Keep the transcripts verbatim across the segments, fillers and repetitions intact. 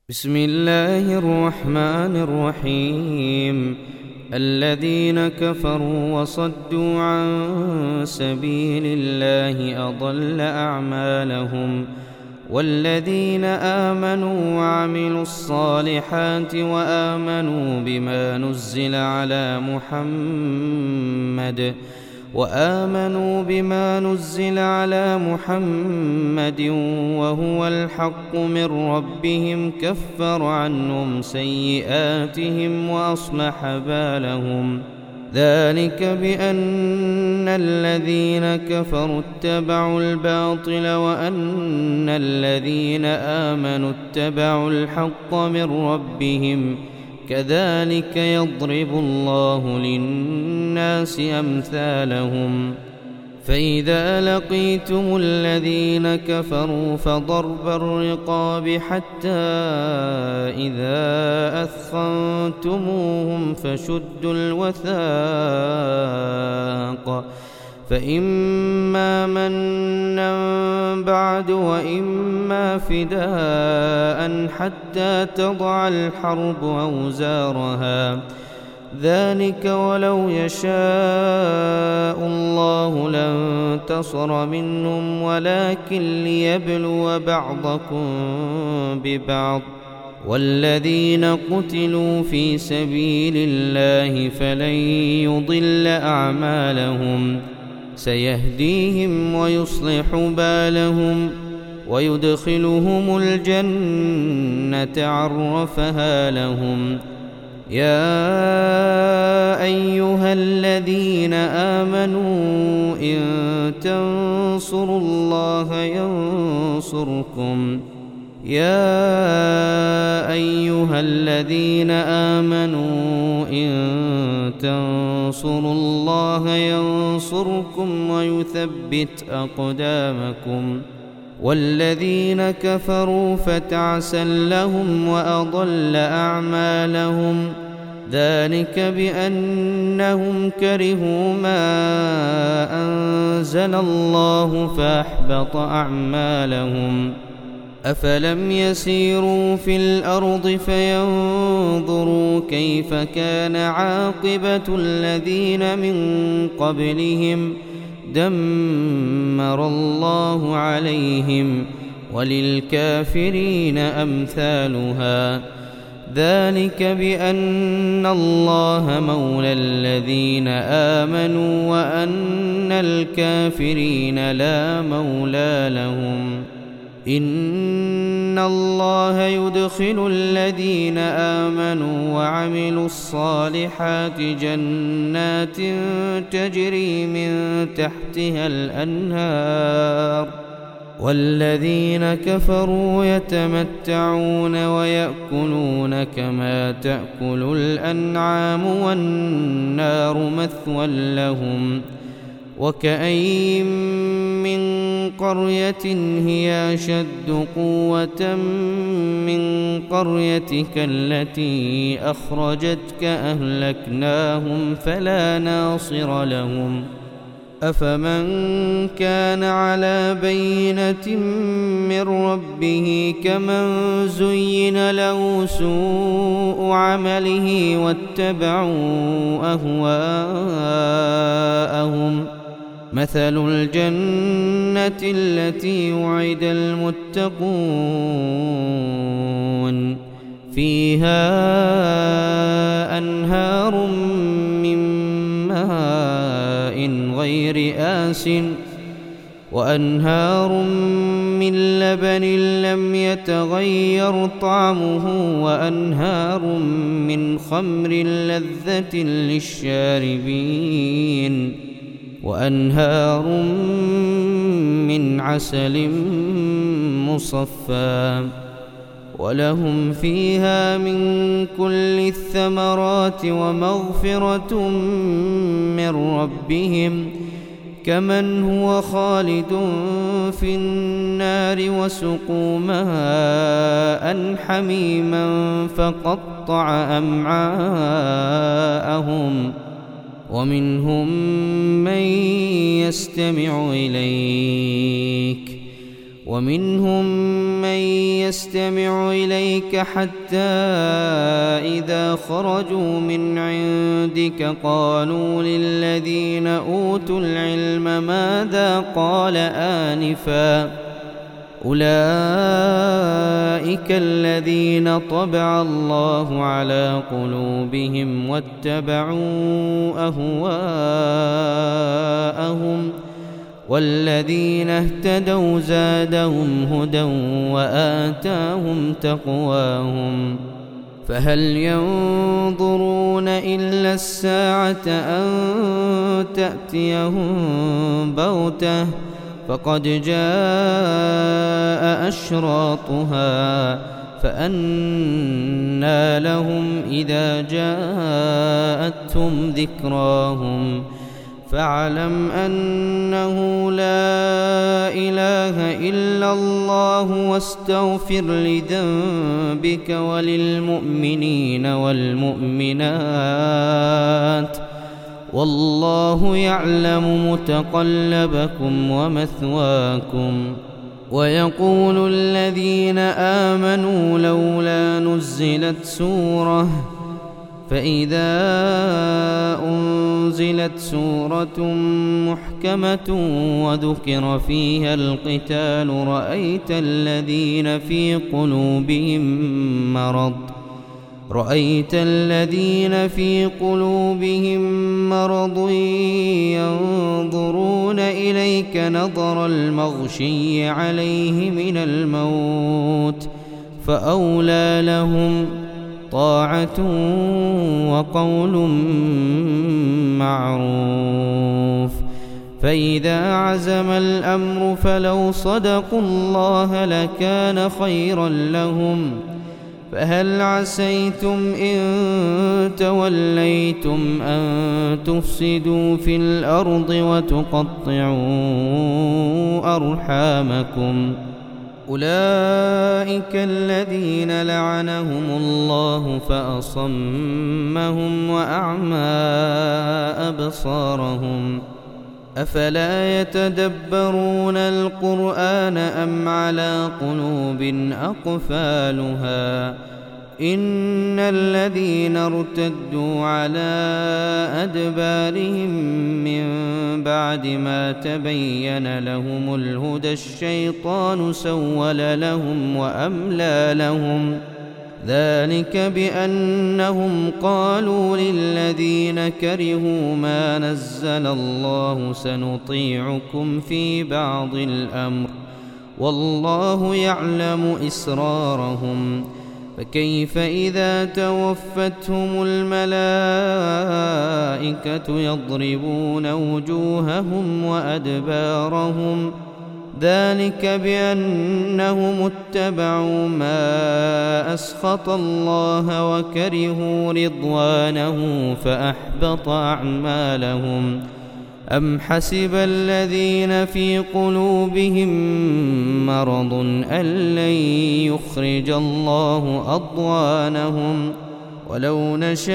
بسم الله الرحمن الرحيم. الذين كفروا وصدوا عن سبيل الله أضل أعمالهم، والذين آمنوا وعملوا الصالحات وآمنوا بما نزل على محمد وآمنوا بما نزل على محمد وهو الحق من ربهم كفر عنهم سيئاتهم وأصلح بالهم. ذلك بأن الذين كفروا اتبعوا الباطل وأن الذين آمنوا اتبعوا الحق من ربهم، كذلك يضرب الله للناس أمثالهم. فإذا لقيتم الذين كفروا فضرب الرقاب حتى إذا أثخنتموهم فشدوا الوثاق، فإما منا بعد وإما فداء حتى تضع الحرب أوزارها. ذلك ولو يشاء الله لانتصر منهم ولكن ليبلو بعضكم ببعض. والذين قتلوا في سبيل الله فلن يضل أعمالهم، سيهديهم ويصلح بالهم ويدخلهم الجنة عرفها لهم. يا أيها الذين آمنوا إن تنصروا الله ينصركم يا أيها الذين آمنوا إن تنصروا الله ينصركم ويثبت أقدامكم. والذين كفروا فتعسا لهم وأضل أعمالهم. ذلك بأنهم كرهوا ما أنزل الله فأحبط أعمالهم. أفلم يسيروا في الأرض فينظروا كيف كان عاقبة الذين من قبلهم، دمر الله عليهم وللكافرين أمثالها. ذلك بأن الله مولى الذين آمنوا وأن الكافرين لا مولى لهم. إن الله يدخل الذين آمنوا وعملوا الصالحات جنات تجري من تحتها الأنهار، والذين كفروا يتمتعون ويأكلون كما تأكل الأنعام والنار مثوى لهم. وكأين من قرية هي أشد قوة من قريتك التي أخرجتك أهلكناهم فلا ناصر لهم. أفمن كان على بينة من ربه كمن زين له سوء عمله واتبعوا أهواءهم. مثل الجنة التي وعد المتقون فيها أنهار من ماء غير آسٍ وأنهار من لبن لم يتغير طعمه وأنهار من خمر لذة للشاربين وأنهار من عسل مصفى. ولهم فيها من كل الثمرات ومغفرة من ربهم كمن هو خالد في النار وسقوا ماء حميما فقطع أمعاءهم. ومنهم من يستمع إليك ومنهم من يستمع إليك حتى إذا خرجوا من عندك قالوا للذين أوتوا العلم ماذا قال آنفا أولئك الذين طبع الله على قلوبهم واتبعوا أهواءهم والذين اهتدوا زادهم هدى وآتاهم تقواهم فهل ينظرون إلا الساعة أن تأتيهم بغتة فقد جاء أشراطها فأنى لهم إذا جاءتهم ذكراهم فاعلم أنه لا إله إلا الله واستغفر لذنبك وللمؤمنين والمؤمنات والله يعلم متقلبكم ومثواكم ويقول الذين آمنوا لولا نزلت سورة فإذا أنزلت سورة محكمة وذكر فيها القتال رأيت الذين في قلوبهم مرض رأيت الذين في قلوبهم مرض ينظرون إليك نظر المغشي عليه من الموت فأولى لهم طاعة وقول معروف فإذا عزم الأمر فلو صدقوا الله لكان خيرا لهم فهل عسيتم إن توليتم أن تفسدوا في الأرض وتقطعوا أرحامكم أولئك الذين لعنهم الله فأصمهم وأعمى أبصارهم أفلا يتدبرون القرآن أم على قلوب أقفالها إن الذين ارتدوا على أدبارهم من بعد ما تبين لهم الهدى الشيطان سول لهم وأملى لهم ذلك بأنهم قالوا للذين كرهوا ما نزل الله سنطيعكم في بعض الأمر والله يعلم إسرارهم فكيف إذا توفتهم الملائكة يضربون وجوههم وأدبارهم ذلك بأنهم اتبعوا ما أسخط الله وكرهوا رضوانه فأحبط أعمالهم أم حسب الذين في قلوبهم مرض أن لن يخرج الله أضغانهم ولو نشاء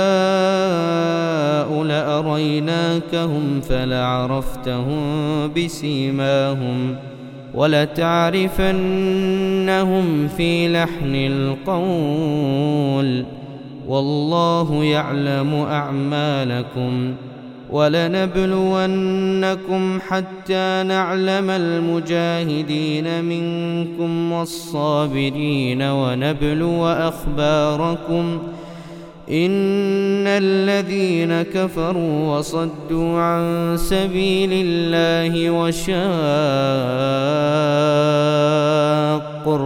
لأريناكهم فلعرفتهم بسيماهم ولتعرفنهم في لحن القول والله يعلم أعمالكم ولنبلونكم حتى نعلم المجاهدين منكم والصابرين ونبلو أخباركم إن الذين كفروا وصدوا عن سبيل الله وشاقوا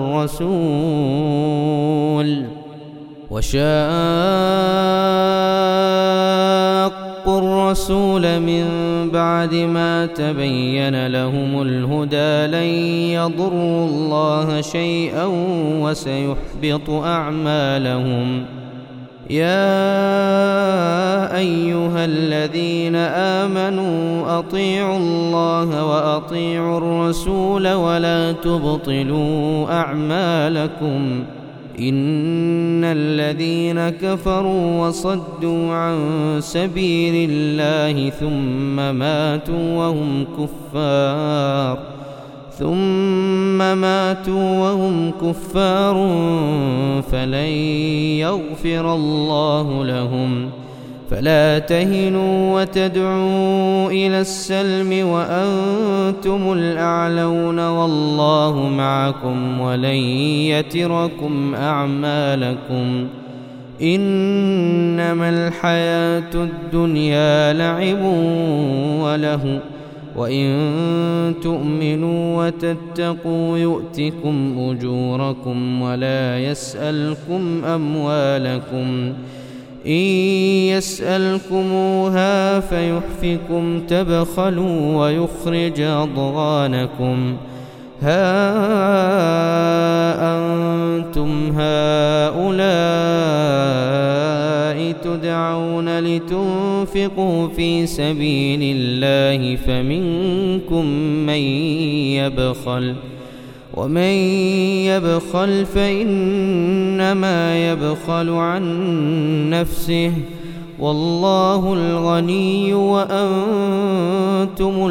الرسول وشاقوا الرسول من بعد ما تبين لهم الهدى لن يضروا الله شيئا وسيحبط أعمالهم يا أيها الذين آمنوا أطيعوا الله وأطيعوا الرسول ولا تبطلوا أعمالكم إن الذين كفروا وصدوا عن سبيل الله ثم ماتوا وهم كفار ثم ماتوا وهم كفار فلن يغفر الله لهم. فلا تهنوا وتدعوا إلى السلم وأنتم الأعلون والله معكم ولن يتركم أعمالكم. إنما الحياة الدنيا لعب وله وإن تؤمنوا وتتقوا يؤتكم أجوركم ولا يسألكم أموالكم. إن يسألكموها فيحفكم تبخلوا ويخرج أضغانكم. ها أنتم هؤلاء تدعون لتنفقوا في سبيل الله فمنكم من يبخل ومن يبخل فإنما يبخل عن نفسه والله الغني وأنتم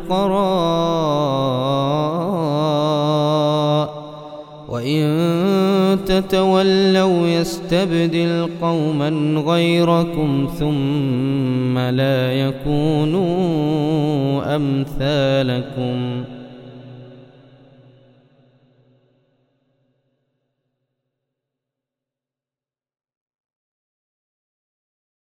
الفقراء وإن تتولوا يستبدل قوما غيركم ثم لا يكونوا أمثالكم.